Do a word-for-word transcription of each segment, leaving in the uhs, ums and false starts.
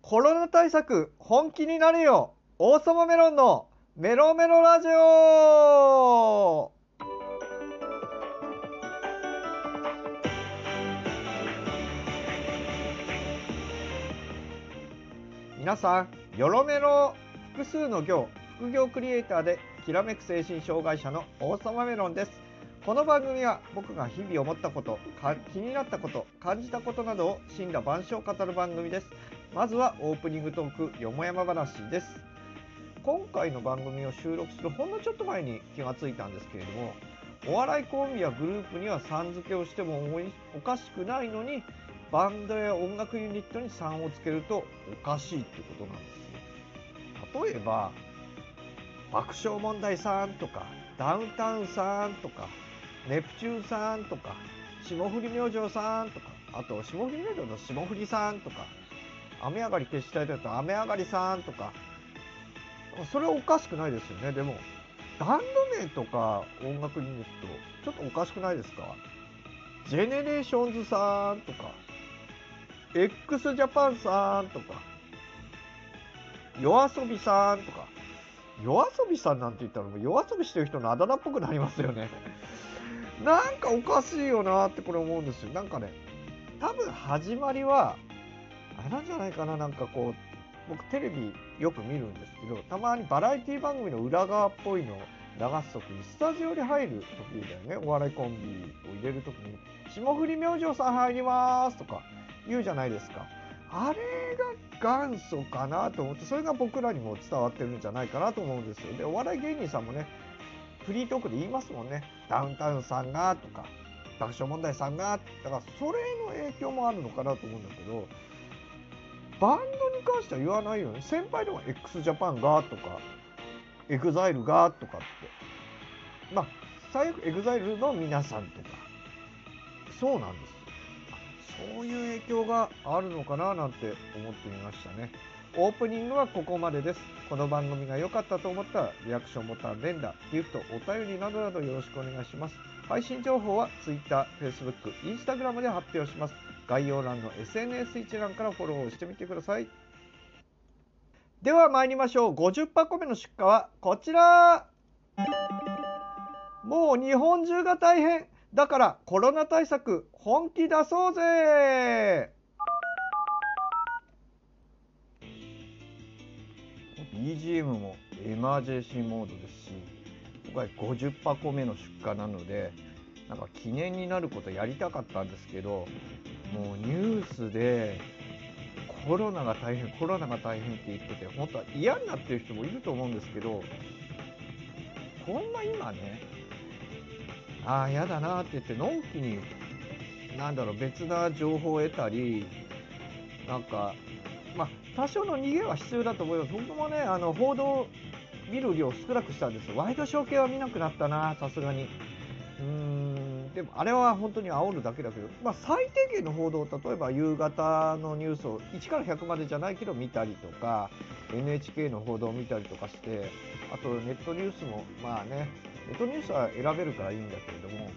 コロナ対策本気になれよ、王様メロンのメロメロラジオ。皆さん、よろメロ。複数の業、副業クリエイターできらめく精神障害者の王様メロンです。この番組は僕が日々思ったこと、気になったこと、感じたことなどを森羅万象語る番組です。まずはオープニングトークよもやま話です。今回の番組を収録するほんのちょっと前に気がついたんですけれども、お笑いコンビやグループにはさん付けをしてもおかしくないのに、バンドや音楽ユニットにさんをつけるとおかしいってことなんですよ。例えば爆笑問題さんとかダウンタウンさんとかネプチューンさんとか霜降り明星さんとか、あと霜降り明星の霜降りさんとか、雨上がり決死隊だと雨上がりさんとか、それはおかしくないですよね。でもバンド名とか音楽ユニットちょっとおかしくないですか？ジェネレーションズさんとか x ジャパンさんとか夜遊びさんとか、夜遊びさんなんて言ったらもう夜遊びしてる人のあだ名っぽくなりますよね。なんかおかしいよなってこれ思うんですよ。なんかね、多分始まりはあれなんじゃないかな。なんかこう僕テレビよく見るんですけど、たまにバラエティ番組の裏側っぽいのを流すときにスタジオに入るときだよね。お笑いコンビを入れるときに霜降り明星さん入りますとか言うじゃないですか。あれが元祖かなと思って、それが僕らにも伝わってるんじゃないかなと思うんですよ。で、お笑い芸人さんもね、フリートークで言いますもんね。ダウンタウンさんがとか爆笑問題さんが、だからそれの影響もあるのかなと思うんだけど、バンドに関しては言わないよね。先輩でも x ジャパンがとか エグザイル がとかって、まあ最悪 エグザイル の皆さんとか、そうなんですよ。そういう影響があるのかななんて思ってみましたね。オープニングはここまでです。この番組が良かったと思ったらリアクションボタン、連打、ギフト、お便りなどなどよろしくお願いします。配信情報は Twitter、Facebook、Instagram で発表します。概要欄の エスエヌエス 一覧からフォローしてみてください。では参りましょう。ごじゅっ箱目の出荷はこちら。もう日本中が大変だからコロナ対策本気出そうぜ。 ビージーエム もエマージェンシーモードですし、今回ごじゅっ箱目の出荷なのでなんか記念になることやりたかったんですけど、もうニュースでコロナが大変コロナが大変って言ってて、本当は嫌になってる人もいると思うんですけど、こんな今ね、ああ嫌だなって言ってのんきになんだろう別な情報を得たり、なんかまあ多少の逃げは必要だと思います。僕もね、あの報道見る量少なくしたんですよ。ワイドショー系は見なくなったな、さすがに。うーんでもあれは本当に煽るだけだけど、まあ、最低限の報道、例えば夕方のニュースをいちからひゃくまでじゃないけど見たりとか、 エヌエイチケー の報道を見たりとかして、あとネットニュースもまあね、ネットニュースは選べるからいいんだけれども、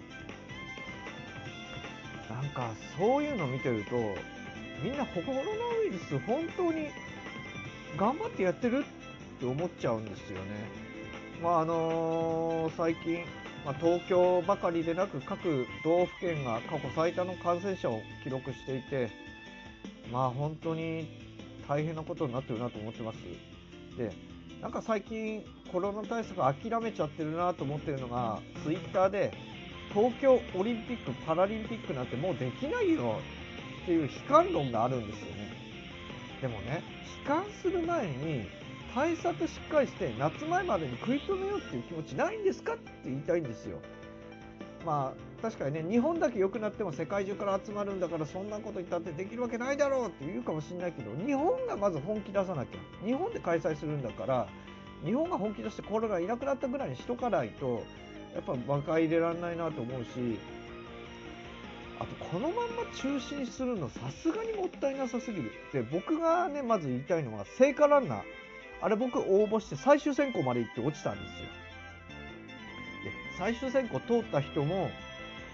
なんかそういうのを見てるとみんなコロナウイルス本当に頑張ってやってるって思っちゃうんですよね。まああのー最近、まあ、東京ばかりでなく各道府県が過去最多の感染者を記録していて、まあ本当に大変なことになってるなと思ってます。で、なんか最近コロナ対策諦めちゃってるなと思ってるのが、ツイッターで東京オリンピック・パラリンピックなんてもうできないよっていう悲観論があるんですよね。でもね、悲観する前に対策しっかりして夏前までに食い止めようっていう気持ちないんですかって言いたいんですよ。まあ確かにね、日本だけ良くなっても世界中から集まるんだからそんなこと言ったってできるわけないだろうって言うかもしれないけど、日本がまず本気出さなきゃ。日本で開催するんだから、日本が本気出してコロナいなくなったぐらいにしとかないとやっぱ馬鹿入れられないなと思うし、あとこのまんま中止にするのさすがにもったいなさすぎる。で、僕がねまず言いたいのは聖火ランナー、あれ僕応募して最終選考まで行って落ちたんですよ。で、最終選考通った人も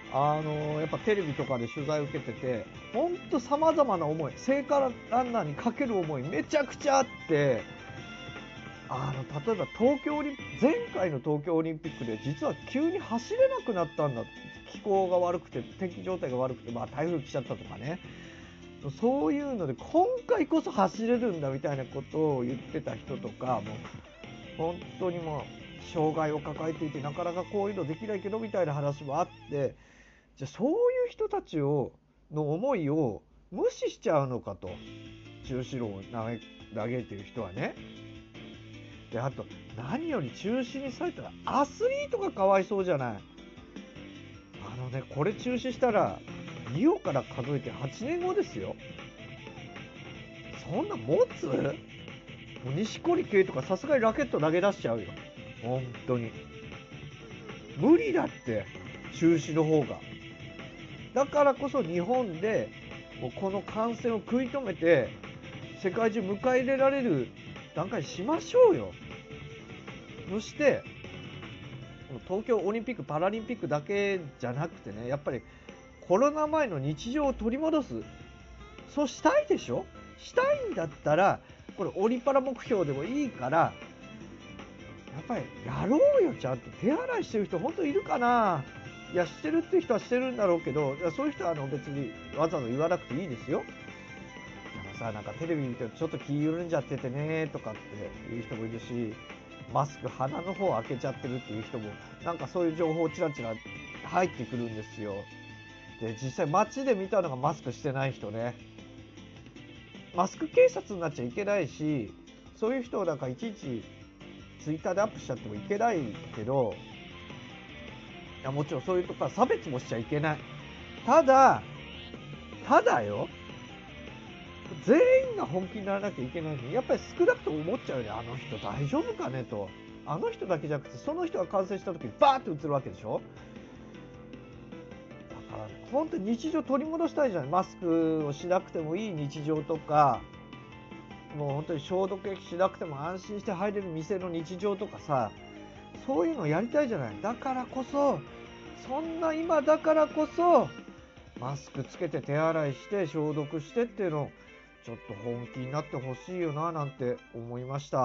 あのやっぱテレビとかで取材を受けてて、ほんとさまざまな思い、聖火ランナーにかける思いめちゃくちゃあって、あの例えば東京オリン前回の東京オリンピックで実は急に走れなくなったんだ、気候が悪くて天気状態が悪くて、まあ、台風来ちゃったとかね、そういうので今回こそ走れるんだみたいなことを言ってた人とか、もう本当にもう障害を抱えていてなかなかこういうのできないけどみたいな話もあって、じゃあそういう人たちをの思いを無視しちゃうのかと、中止論を嘆いている人はね。であと何より中止にされたらアスリートがかわいそうじゃない。あのね、これ中止したらリオから数えてはちねんごですよ。そんな持つ？もう錦織圭とかさすがにラケット投げ出しちゃうよ、本当に無理だって、中止の方が。だからこそ日本でもうこの感染を食い止めて世界中迎え入れられる段階にしましょうよ。そして東京オリンピック・パラリンピックだけじゃなくてね、やっぱりコロナ前の日常を取り戻す、そうしたいでしょ。したいんだったらこれオリパラ目標でもいいから、やっぱりやろうよ。ちゃんと手洗いしてる人本当いるかな。いやしてるっていう人はしてるんだろうけど、いやそういう人はあの別にわざわざ言わなくていいですよ。でもさ、なんかテレビ見てちょっと気緩んじゃっててねとかっていう人もいるし、マスク鼻の方開けちゃってるっていう人もなんかそういう情報ちらちら入ってくるんですよ。で実際街で見たのがマスクしてない人ね。マスク警察になっちゃいけないし、そういう人をなんかいちいちツイッターでアップしちゃってもいけないけど、いやもちろんそういうとこは差別もしちゃいけない。ただただよ、全員が本気にならなきゃいけないのに、やっぱり少なくとも思っちゃうよね。あの人大丈夫かねと。あの人だけじゃなくてその人が感染した時にバーってうつるわけでしょ。だから本当に日常取り戻したいじゃない。マスクをしなくてもいい日常とか、もう本当に消毒液しなくても安心して入れる店の日常とかさ、そういうのをやりたいじゃない。だからこそ、そんな今だからこそマスクつけて手洗いして消毒してっていうのをちょっと本気になってほしいよななんて思いました。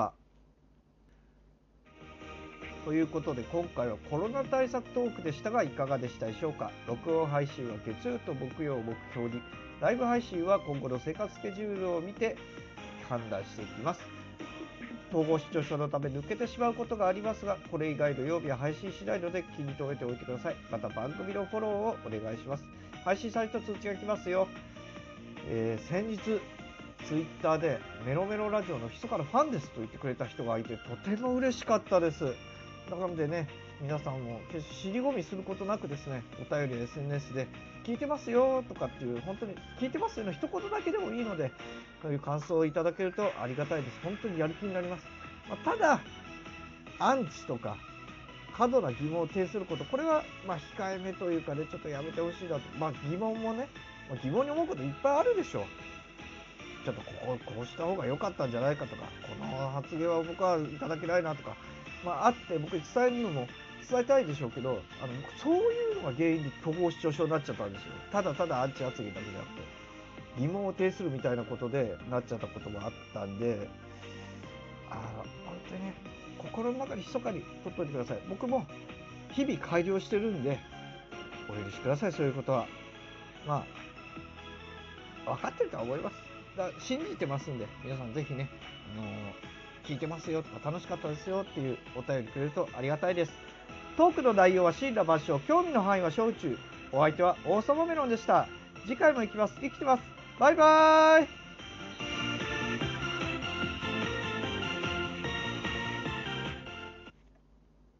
ということで今回はコロナ対策トークでしたがいかがでしたでしょうか。録音配信は月曜と木曜を目標に、ライブ配信は今後の生活スケジュールを見て判断していきます。統合失調症のため抜けてしまうことがありますが、これ以外の曜日は配信しないので気に留めておいてください。また番組のフォローをお願いします。配信された通知が来ますよ。えー、先日ツイッターでメロメロラジオの密かなファンですと言ってくれた人がいて、とても嬉しかったです。なのでね、皆さんも決して尻込みすることなくですね、お便りや エスエヌエス で聞いてますよとかっていう、本当に聞いてますよの一言だけでもいいので、こういう感想をいただけるとありがたいです。本当にやる気になります。まあ、ただアンチとか過度な疑問を呈すること、これはまあ控えめというかね、ちょっとやめてほしいなと。まあ疑問もね、まあ、疑問に思うこといっぱいあるでしょう。ちょっとこここうした方が良かったんじゃないかとか、この発言は僕はいただけないなとか、まああって僕に伝えるのも伝えたいでしょうけど、あのそういうのが原因で統合失調症になっちゃったんですよ。ただただアンチ発言だけじゃなくて疑問を呈するみたいなことでなっちゃったこともあったんで、あ本当にね、心の中に密かに取っておいてください。僕も日々改良してるんでお許しください。そういうことはまあ分かってるとは思います。だ信じてますんで、皆さんぜひね、あのー、聞いてますよとか楽しかったですよっていうお便りくれるとありがたいです。トークの内容は真羅万象、興味の範囲は小宇宙。お相手は王様メロンでした。次回も行きます。生きてます。バイバーイ。